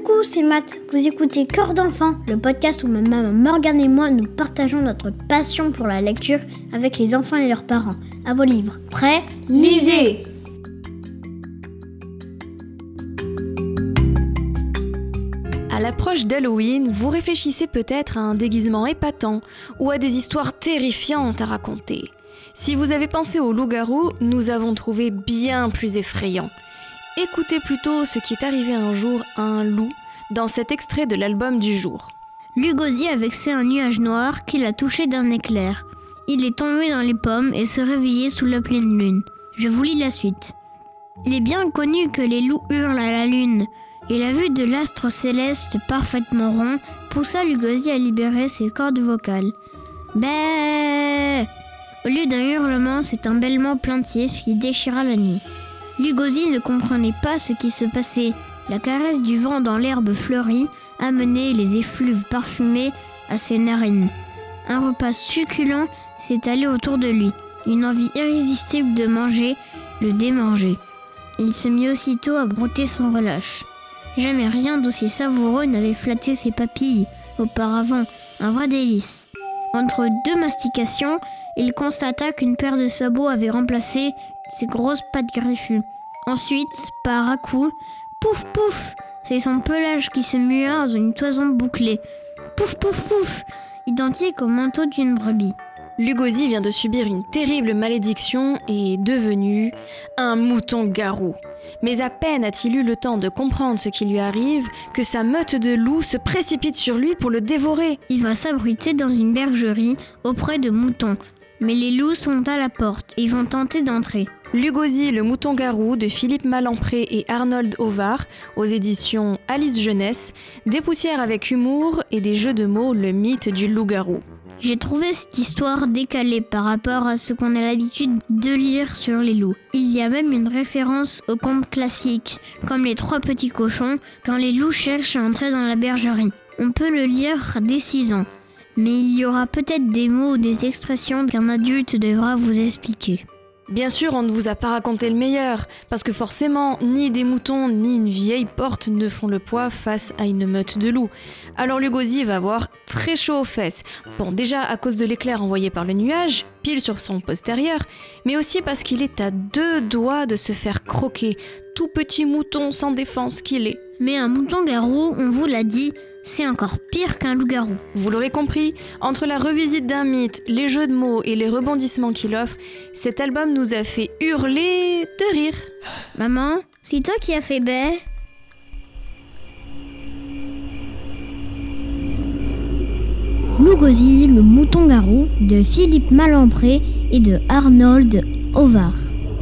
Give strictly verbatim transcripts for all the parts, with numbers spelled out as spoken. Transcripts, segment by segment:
Coucou, c'est Matt. Vous écoutez Cœur d'enfant, le podcast où ma maman Morgane et moi nous partageons notre passion pour la lecture avec les enfants et leurs parents. À vos livres. Prêts ? Lisez ! À l'approche d'Halloween, vous réfléchissez peut-être à un déguisement épatant ou à des histoires terrifiantes à raconter. Si vous avez pensé au loup-garou, nous avons trouvé bien plus effrayant. Écoutez plutôt ce qui est arrivé un jour à un loup dans cet extrait de l'album du jour. Lugosi a vexé un nuage noir qui l'a touché d'un éclair. Il est tombé dans les pommes et se réveillait sous la pleine lune. Je vous lis la suite. Il est bien connu que les loups hurlent à la lune, et la vue de l'astre céleste parfaitement rond poussa Lugosi à libérer ses cordes vocales. Bé. Au lieu d'un hurlement, c'est un bêlement plaintif qui déchira la nuit. Lugosi ne comprenait pas ce qui se passait. La caresse du vent dans l'herbe fleurie amenait les effluves parfumés à ses narines. Un repas succulent s'étalait autour de lui. Une envie irrésistible de manger le démangeait. Il se mit aussitôt à brouter sans relâche. Jamais rien d'aussi savoureux n'avait flatté ses papilles auparavant, un vrai délice. Entre deux mastications, il constata qu'une paire de sabots avait remplacé ses grosses pattes griffues. Ensuite, par à-coups, pouf pouf, c'est son pelage qui se mua dans une toison bouclée. Pouf pouf pouf, identique au manteau d'une brebis. Lugosi vient de subir une terrible malédiction et est devenu un mouton-garou. Mais à peine a-t-il eu le temps de comprendre ce qui lui arrive que sa meute de loups se précipite sur lui pour le dévorer. Il va s'abriter dans une bergerie auprès de moutons. Mais les loups sont à la porte et vont tenter d'entrer. Lugosi, le mouton-garou de Philippe Malempré et Arnold Ovard, aux éditions Alice Jeunesse, dépoussière avec humour et des jeux de mots le mythe du loup-garou. J'ai trouvé cette histoire décalée par rapport à ce qu'on a l'habitude de lire sur les loups. Il y a même une référence aux contes classiques, comme les trois petits cochons, quand les loups cherchent à entrer dans la bergerie. On peut le lire dès six ans. Mais il y aura peut-être des mots ou des expressions qu'un adulte devra vous expliquer. Bien sûr, on ne vous a pas raconté le meilleur, parce que forcément, ni des moutons ni une vieille porte ne font le poids face à une meute de loups. Alors Lugosi va avoir très chaud aux fesses. Bon, déjà à cause de l'éclair envoyé par le nuage, pile sur son postérieur, mais aussi parce qu'il est à deux doigts de se faire croquer, tout petit mouton sans défense qu'il est. Mais un mouton-garou, on vous l'a dit, c'est encore pire qu'un loup-garou. Vous l'aurez compris, entre la revisite d'un mythe, les jeux de mots et les rebondissements qu'il offre, cet album nous a fait hurler de rire. Maman, c'est toi qui as fait bé. Lugosi, le mouton-garou de Philippe Malempré et de Arnold Ovard.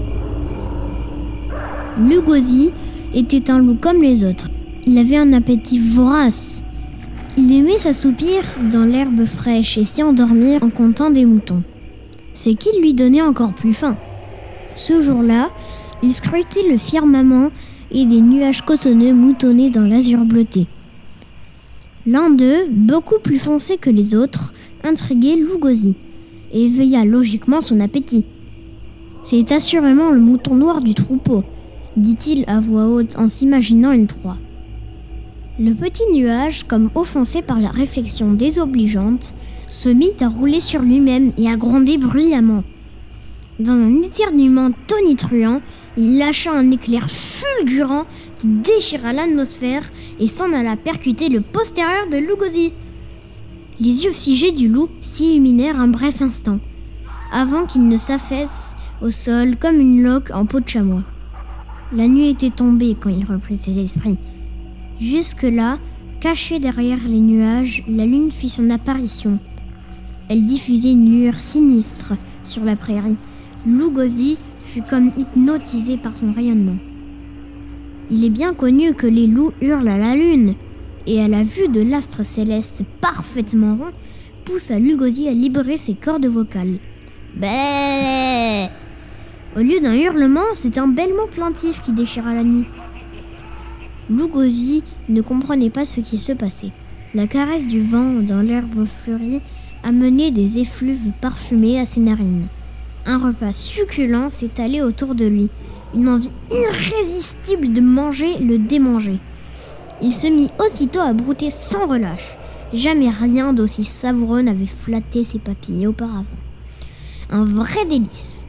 Lugosi était un loup comme les autres. Il avait un appétit vorace. Il aimait s'assoupir dans l'herbe fraîche et s'y endormir en comptant des moutons. Ce qui lui donnait encore plus faim. Ce jour-là, il scrutait le firmament et des nuages cotonneux moutonnaient dans l'azur bleuté. L'un d'eux, beaucoup plus foncé que les autres, intriguait Lugosi et éveilla logiquement son appétit. « C'est assurément le mouton noir du troupeau », dit-il à voix haute en s'imaginant une proie. Le petit nuage, comme offensé par la réflexion désobligeante, se mit à rouler sur lui-même et à gronder bruyamment. Dans un éternuement tonitruant, il lâcha un éclair fulgurant qui déchira l'atmosphère et s'en alla percuter le postérieur de Lugosi. Les yeux figés du loup s'illuminèrent un bref instant, avant qu'il ne s'affaisse au sol comme une loque en peau de chamois. La nuit était tombée quand il reprit ses esprits. Jusque-là, cachée derrière les nuages, la lune fit son apparition. Elle diffusait une lueur sinistre sur la prairie. Lugosi fut comme hypnotisé par son rayonnement. Il est bien connu que les loups hurlent à la lune, et à la vue de l'astre céleste parfaitement rond, poussa Lugosi à libérer ses cordes vocales. Bé. Au lieu d'un hurlement, c'est un bêlement plaintif qui déchira la nuit. Lugosi ne comprenait pas ce qui se passait. La caresse du vent dans l'herbe fleurie amenait des effluves parfumés à ses narines. Un repas succulent s'étalait autour de lui. Une envie irrésistible de manger le démangeait. Il se mit aussitôt à brouter sans relâche. Jamais rien d'aussi savoureux n'avait flatté ses papilles auparavant. Un vrai délice.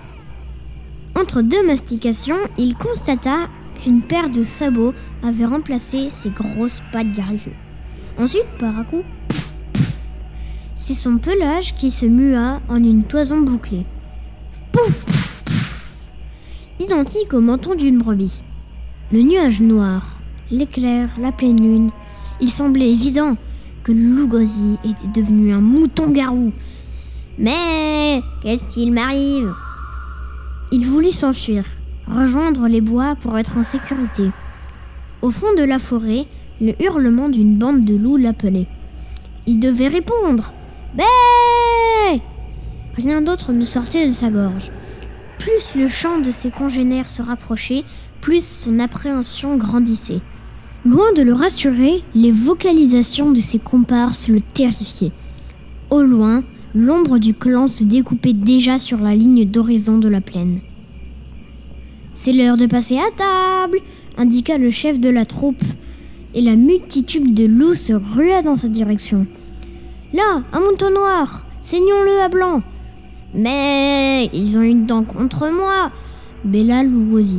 Entre deux mastications, il constata qu'une paire de sabots avait remplacé ses grosses pattes garnies. Ensuite, par un coup, pff, pff, c'est son pelage qui se mua en une toison bouclée. Pouf, pouf, pouf, identique au menton d'une brebis. Le nuage noir, l'éclair, la pleine lune, il semblait évident que Lougozy était devenu un mouton-garou. Mais qu'est-ce qu'il m'arrive ? Il voulut s'enfuir, rejoindre les bois pour être en sécurité. Au fond de la forêt, le hurlement d'une bande de loups l'appelait. Il devait répondre. Bé ! Rien d'autre ne sortait de sa gorge. Plus le chant de ses congénères se rapprochait, plus son appréhension grandissait. Loin de le rassurer, les vocalisations de ses comparses le terrifiaient. Au loin, l'ombre du clan se découpait déjà sur la ligne d'horizon de la plaine. « C'est l'heure de passer à table !» indiqua le chef de la troupe, et la multitude de loups se rua dans sa direction. « Là, un mouton noir, saignons-le à blanc !»« Mais ils ont une dent contre moi !» bêla Lougozy.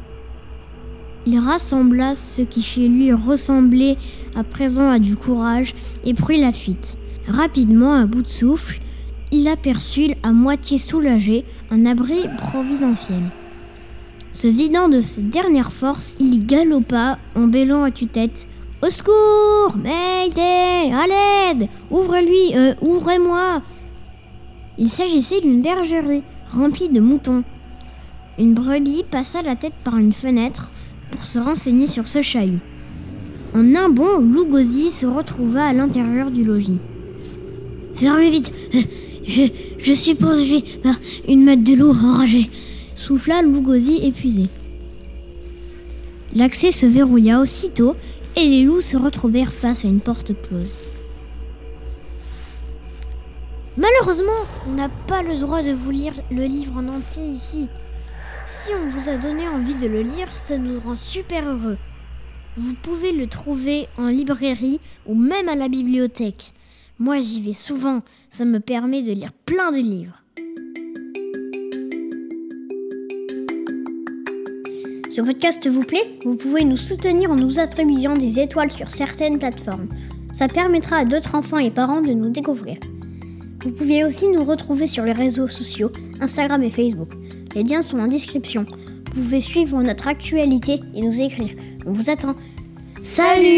Il rassembla ce qui chez lui ressemblait à présent à du courage et prit la fuite. Rapidement, à bout de souffle, il aperçut, à moitié soulagé, un abri providentiel. Se vidant de ses dernières forces, il y galopa en bêlant à tue-tête. « Au secours! Mayday! À l'aide! Ouvrez-lui! Euh, ouvrez-moi !» Il s'agissait d'une bergerie remplie de moutons. Une brebis passa la tête par une fenêtre pour se renseigner sur ce chahut. En un bond, Lougozy se retrouva à l'intérieur du logis. « Fermez vite! Je, je suis poursuivi par une meute de loups enragés !» souffla Lougozy épuisé. L'accès se verrouilla aussitôt et les loups se retrouvèrent face à une porte close. Malheureusement, on n'a pas le droit de vous lire le livre en entier ici. Si on vous a donné envie de le lire, ça nous rend super heureux. Vous pouvez le trouver en librairie ou même à la bibliothèque. Moi, j'y vais souvent, ça me permet de lire plein de livres. Ce podcast vous plaît ? Vous pouvez nous soutenir en nous attribuant des étoiles sur certaines plateformes. Ça permettra à d'autres enfants et parents de nous découvrir. Vous pouvez aussi nous retrouver sur les réseaux sociaux, Instagram et Facebook. Les liens sont en description. Vous pouvez suivre notre actualité et nous écrire. On vous attend. Salut !